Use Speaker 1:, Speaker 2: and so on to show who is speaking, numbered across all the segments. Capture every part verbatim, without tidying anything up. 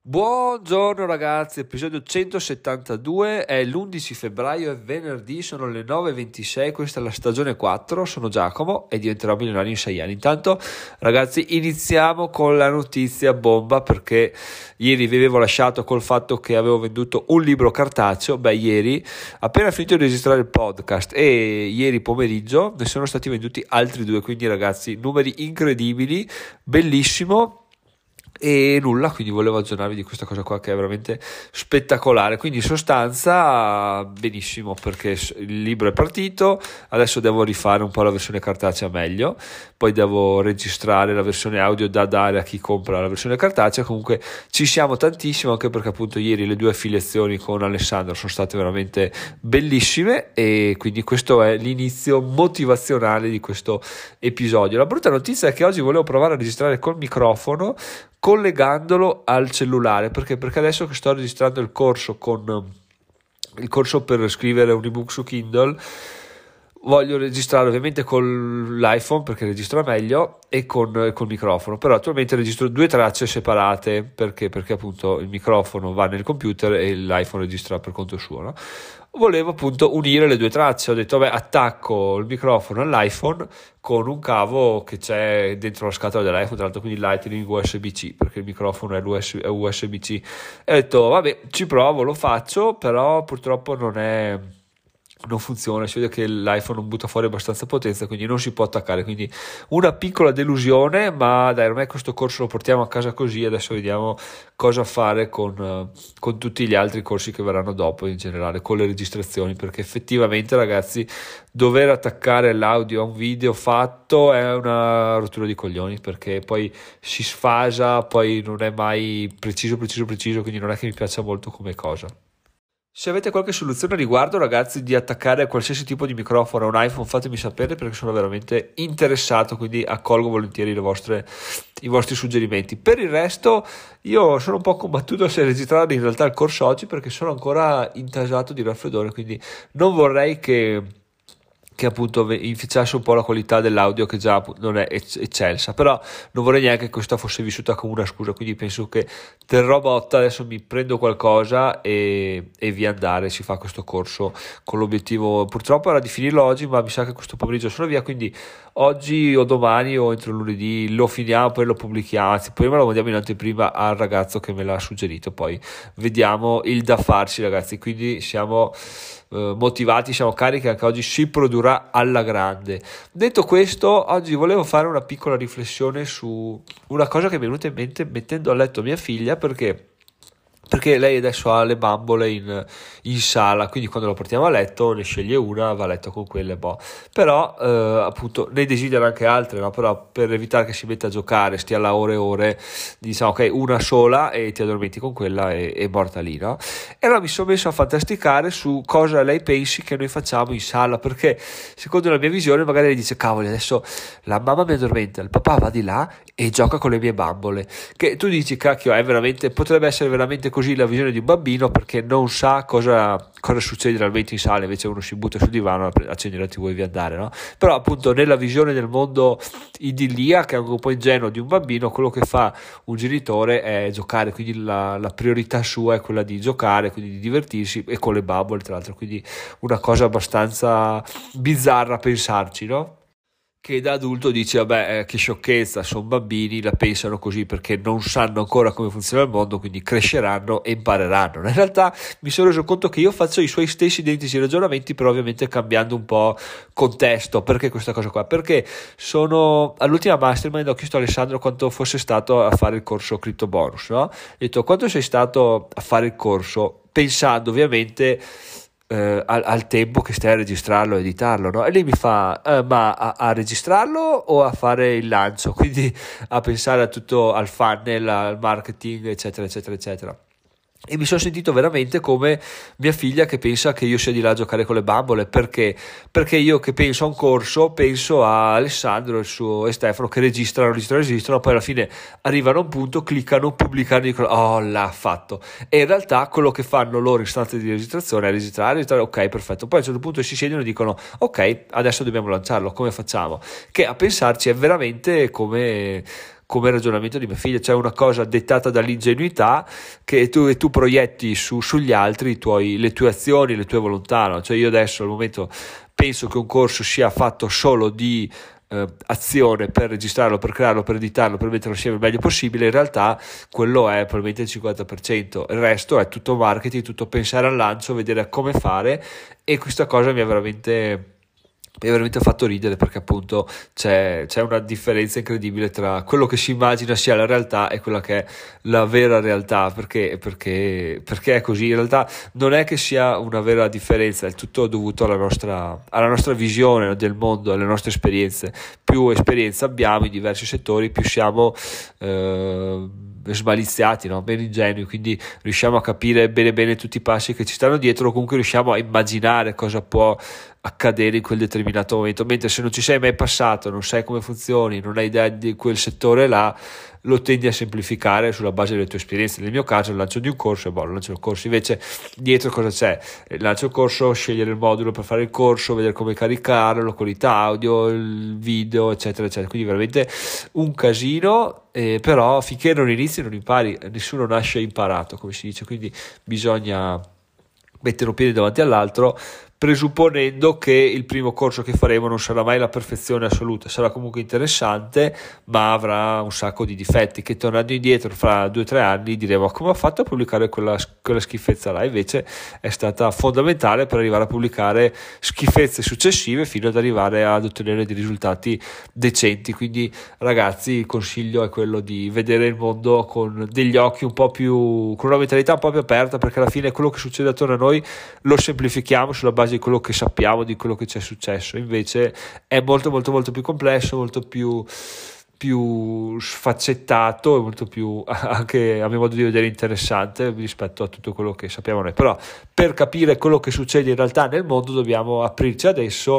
Speaker 1: Buongiorno ragazzi, episodio centosettantadue, è l'undici febbraio, è venerdì, sono le nove e ventisei, questa è la stagione quattro, sono Giacomo e diventerò milionario in sei anni. Intanto ragazzi iniziamo con la notizia bomba, perché ieri vi avevo lasciato col fatto che avevo venduto un libro cartaceo. Beh, ieri appena finito di registrare il podcast e ieri pomeriggio ne sono stati venduti altri due, quindi ragazzi numeri incredibili, bellissimo. E nulla, quindi volevo aggiornarvi di questa cosa qua che è veramente spettacolare. Quindi in sostanza benissimo, perché il libro è partito, adesso devo rifare un po' la versione cartacea meglio, poi devo registrare la versione audio da dare a chi compra la versione cartacea. Comunque ci siamo tantissimo, anche perché appunto ieri le due affiliazioni con Alessandro sono state veramente bellissime e quindi questo è l'inizio motivazionale di questo episodio. La brutta notizia è che oggi volevo provare a registrare col microfono collegandolo al cellulare, perché perché adesso che sto registrando il corso con il corso per scrivere un ebook su Kindle, voglio registrare ovviamente con l'iPhone perché registra meglio e con col microfono, però attualmente registro due tracce separate perché perché appunto il microfono va nel computer e l'iPhone registra per conto suo, no? Volevo appunto unire le due tracce, ho detto beh, attacco il microfono all'iPhone con un cavo che c'è dentro la scatola dell'iPhone, tra l'altro, quindi Lightning U S B C, perché il microfono è U S B C, e ho detto vabbè, ci provo, lo faccio, però purtroppo non è non funziona, si vede che l'iPhone non butta fuori abbastanza potenza, quindi non si può attaccare, quindi una piccola delusione, ma dai, ormai questo corso lo portiamo a casa così. Adesso vediamo cosa fare con, con tutti gli altri corsi che verranno dopo, in generale con le registrazioni, perché effettivamente ragazzi dover attaccare l'audio a un video fatto è una rottura di coglioni, perché poi si sfasa, poi non è mai preciso preciso preciso, quindi non è che mi piaccia molto come cosa. Se avete qualche soluzione a riguardo ragazzi di attaccare a qualsiasi tipo di microfono a un iPhone, fatemi sapere, perché sono veramente interessato, quindi accolgo volentieri le vostre, i vostri suggerimenti. Per il resto io sono un po' combattuto se registrare in realtà il corso oggi, perché sono ancora intasato di raffreddore, quindi non vorrei che che appunto inficiasse un po' la qualità dell'audio, che già non è eccelsa, però non vorrei neanche che questa fosse vissuta come una scusa, quindi penso che terrò botta, adesso mi prendo qualcosa e, e via andare, si fa questo corso con l'obiettivo purtroppo era di finirlo oggi, ma mi sa che questo pomeriggio sono via, quindi oggi o domani o entro lunedì lo finiamo, poi lo pubblichiamo, anzi prima lo mandiamo in anteprima al ragazzo che me l'ha suggerito, poi vediamo il da farsi ragazzi, quindi siamo eh, motivati, siamo carichi, anche oggi si produrrà alla grande. Detto questo, oggi volevo fare una piccola riflessione su una cosa che mi è venuta in mente mettendo a letto mia figlia, perché perché lei adesso ha le bambole in, in sala, quindi quando la portiamo a letto ne sceglie una, va a letto con quelle, boh. Però eh, appunto ne desidera anche altre, no? Però per evitare che si metta a giocare, stia là ore e ore, diciamo ok, una sola e ti addormenti con quella e è morta lì, no? E allora mi sono messo a fantasticare su cosa lei pensi che noi facciamo in sala, perché secondo la mia visione magari lei dice cavoli, adesso la mamma mi addormenta, il papà va di là e gioca con le mie bambole, che tu dici cacchio, è veramente, potrebbe essere veramente così la visione di un bambino, perché non sa cosa, cosa succede realmente in sala, invece uno si butta sul divano, accende la tivù e via andare, no? Però appunto nella visione del mondo idilliaca, anche un po' ingenuo di un bambino, quello che fa un genitore è giocare, quindi la, la priorità sua è quella di giocare, quindi di divertirsi, e con le bambole tra l'altro, quindi una cosa abbastanza bizzarra pensarci, no? Che da adulto dice vabbè, eh, che sciocchezza, sono bambini, la pensano così perché non sanno ancora come funziona il mondo, quindi cresceranno e impareranno. In realtà mi sono reso conto che io faccio i suoi stessi identici ragionamenti, però ovviamente cambiando un po' contesto. Perché questa cosa qua? Perché sono all'ultima mastermind, ho chiesto a Alessandro quanto fosse stato a fare il corso Crypto Bonus, no? Ho detto quanto sei stato a fare il corso, pensando ovviamente Uh, al, al tempo che stai a registrarlo e editarlo, no? E lei mi fa uh, ma a, a registrarlo o a fare il lancio, quindi a pensare a tutto, al funnel, al marketing, eccetera eccetera eccetera. E mi sono sentito veramente come mia figlia che pensa che io sia di là a giocare con le bambole. Perché? Perché io che penso a un corso, penso a Alessandro, il suo, e Stefano che registrano, registrano, registrano, poi alla fine arrivano a un punto, cliccano, pubblicano e dicono oh l'ha fatto, e in realtà quello che fanno loro in stanza di registrazione è registrare, registrare, ok perfetto, poi a un certo punto si siedono e dicono ok adesso dobbiamo lanciarlo, come facciamo? Che a pensarci è veramente come come ragionamento di mia figlia, cioè una cosa dettata dall'ingenuità che tu, e tu proietti su, sugli altri i tuoi, le tue azioni, le tue volontà, no? Cioè io adesso al momento penso che un corso sia fatto solo di eh, azione per registrarlo, per crearlo, per editarlo, per metterlo assieme il meglio possibile. In realtà quello è probabilmente il cinquanta per cento, il resto è tutto marketing, tutto pensare al lancio, vedere come fare, e questa cosa mi ha veramente mi ha veramente fatto ridere, perché appunto c'è, c'è una differenza incredibile tra quello che si immagina sia la realtà e quella che è la vera realtà, perché, perché, perché è così. In realtà non è che sia una vera differenza, è tutto dovuto alla nostra, alla nostra visione del mondo, alle nostre esperienze. Più esperienza abbiamo in diversi settori, più siamo eh, smaliziati, no? Meno ingenui, quindi riusciamo a capire bene bene tutti i passi che ci stanno dietro, o comunque riusciamo a immaginare cosa può accadere in quel determinato momento, mentre se non ci sei mai passato, non sai come funzioni, non hai idea di quel settore là, lo tendi a semplificare sulla base delle tue esperienze. Nel mio caso il lancio di un corso è buono, lancio il corso, invece dietro cosa c'è? Il lancio il corso, scegliere il modulo per fare il corso, vedere come caricarlo, la qualità audio, il video, eccetera eccetera, quindi veramente un casino, eh, però finché non inizi non impari, nessuno nasce imparato, come si dice, quindi bisogna mettere un piede davanti all'altro, presupponendo che il primo corso che faremo non sarà mai la perfezione assoluta, sarà comunque interessante, ma avrà un sacco di difetti che, tornando indietro fra due o tre anni, diremo: come ho fatto a pubblicare quella, quella schifezza là? Invece è stata fondamentale per arrivare a pubblicare schifezze successive fino ad arrivare ad ottenere dei risultati decenti. Quindi ragazzi, il consiglio è quello di vedere il mondo con degli occhi un po' più, con una mentalità un po' più aperta, perché alla fine quello che succede attorno a noi lo semplifichiamo sulla base di quello che sappiamo, di quello che ci è successo. Invece è molto molto molto più complesso, molto più più sfaccettato e molto più, anche a mio modo di vedere, interessante rispetto a tutto quello che sappiamo noi. Però per capire quello che succede in realtà nel mondo dobbiamo aprirci adesso,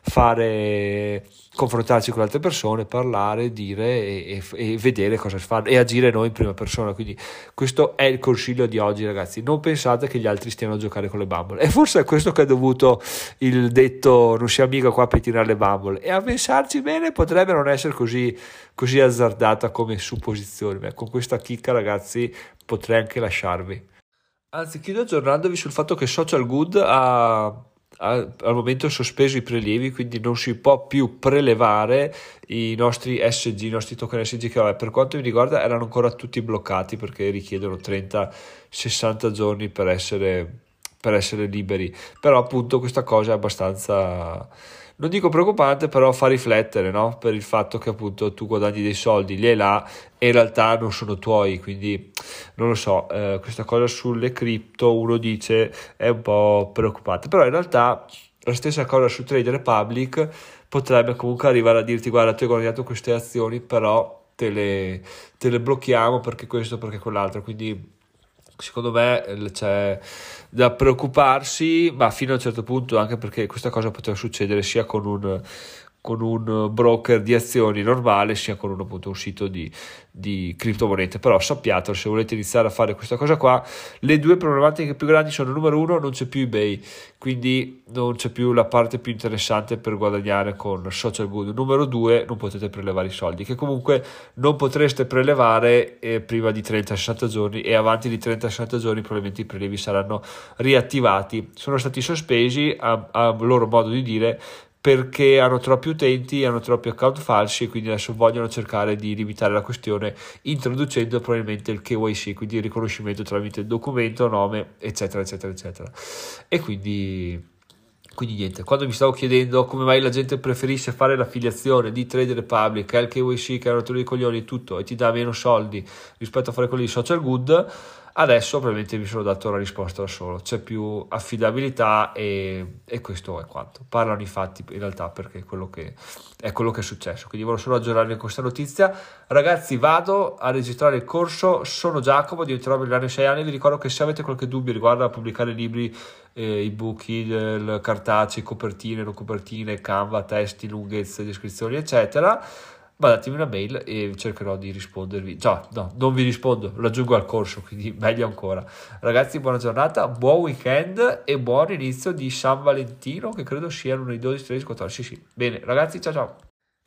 Speaker 1: fare, confrontarci con altre persone, parlare, dire e, e, e vedere cosa si fa e agire noi in prima persona. Quindi questo è il consiglio di oggi, ragazzi: non pensate che gli altri stiano a giocare con le bambole, e forse è questo che è dovuto il detto "non siamo mica qua per tirare le bambole", e a pensarci bene potrebbe non essere così così azzardata come supposizione. Beh, con questa chicca, ragazzi, potrei anche lasciarvi. Anzi, chiudo aggiornandovi sul fatto che Social Good ha, ha al momento sospeso i prelievi, quindi non si può più prelevare i nostri S G, i nostri token S G, che vabbè, per quanto mi riguarda erano ancora tutti bloccati, perché richiedono trenta sessanta giorni per essere, per essere liberi. Però appunto questa cosa è abbastanza, non dico preoccupante, però fa riflettere, no? Per il fatto che appunto tu guadagni dei soldi lì e là e in realtà non sono tuoi, quindi non lo so, eh, questa cosa sulle cripto uno dice è un po' preoccupante, però in realtà la stessa cosa su Trade Republic potrebbe comunque arrivare a dirti: guarda, tu hai guadagnato queste azioni, però te le, te le blocchiamo perché questo, perché quell'altro. Quindi secondo me c'è da preoccuparsi, ma fino a un certo punto, anche perché questa cosa poteva succedere sia con un, con un broker di azioni normale, sia con un, appunto, un sito di, di criptomonete. Però sappiatelo, se volete iniziare a fare questa cosa qua, le due problematiche più grandi sono: numero uno, non c'è più eBay, quindi non c'è più la parte più interessante per guadagnare con Social Good. Numero due, non potete prelevare i soldi, che comunque non potreste prelevare eh, prima di trenta sessanta giorni, e avanti di trenta sessanta giorni probabilmente i prelevi saranno riattivati. Sono stati sospesi, a, a loro modo di dire, perché hanno troppi utenti, hanno troppi account falsi, e quindi adesso vogliono cercare di limitare la questione introducendo probabilmente il K Y C, quindi il riconoscimento tramite documento, nome, eccetera eccetera eccetera. E quindi quindi niente, quando mi stavo chiedendo come mai la gente preferisse fare l'affiliazione di Trade Republic, il K Y C che è una rottura di coglioni e tutto, e ti dà meno soldi rispetto a fare quelli di Social Good, adesso probabilmente mi sono dato la risposta da solo: c'è più affidabilità, e, e questo è quanto. Parlano i fatti in realtà, perché è quello che è quello che è successo. Quindi volevo solo aggiornarvi con questa notizia. Ragazzi, vado a registrare il corso. Sono Giacomo, diventerò milionario in sei anni. Vi ricordo che se avete qualche dubbio riguardo a pubblicare libri, eh, ebook, il cartacei, copertine, non copertine, Canva, testi, lunghezze, descrizioni, eccetera, mandatemi una mail e cercherò di rispondervi. Già, no, non vi rispondo, lo aggiungo al corso, quindi meglio ancora. Ragazzi, buona giornata, buon weekend e buon inizio di San Valentino, che credo sia lunedì dodici, tredici, quattordici. Sì, sì. Bene, ragazzi, ciao ciao.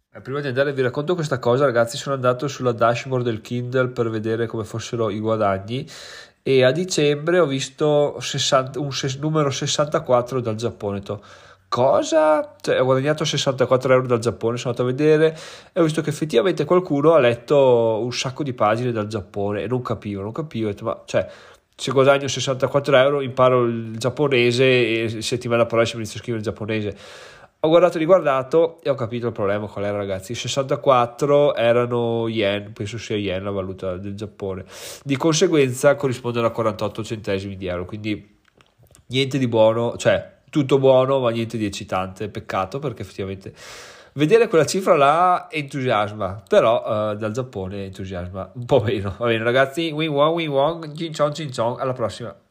Speaker 1: Eh, Prima di andare vi racconto questa cosa, ragazzi. Sono andato sulla dashboard del Kindle per vedere come fossero i guadagni e a dicembre ho visto sessanta un ses- numero sessantaquattro dal Giappone. Ho detto, cosa? Cioè, ho guadagnato sessantaquattro euro dal Giappone, sono andato a vedere e ho visto che effettivamente qualcuno ha letto un sacco di pagine dal Giappone e non capivo, non capivo. Ho detto, ma cioè, se guadagno sessantaquattro euro imparo il giapponese e settimana prossima inizio a scrivere il giapponese. Ho guardato e riguardato e ho capito il problema qual era, ragazzi. I sessantaquattro erano yen, penso sia yen la valuta del Giappone. Di conseguenza corrispondono a quarantotto centesimi di euro, quindi niente di buono, cioè tutto buono ma niente di eccitante. Peccato, perché effettivamente vedere quella cifra là entusiasma, però eh, dal Giappone entusiasma un po' meno. Va bene, ragazzi, win won win won, cin cion cin cion, alla prossima.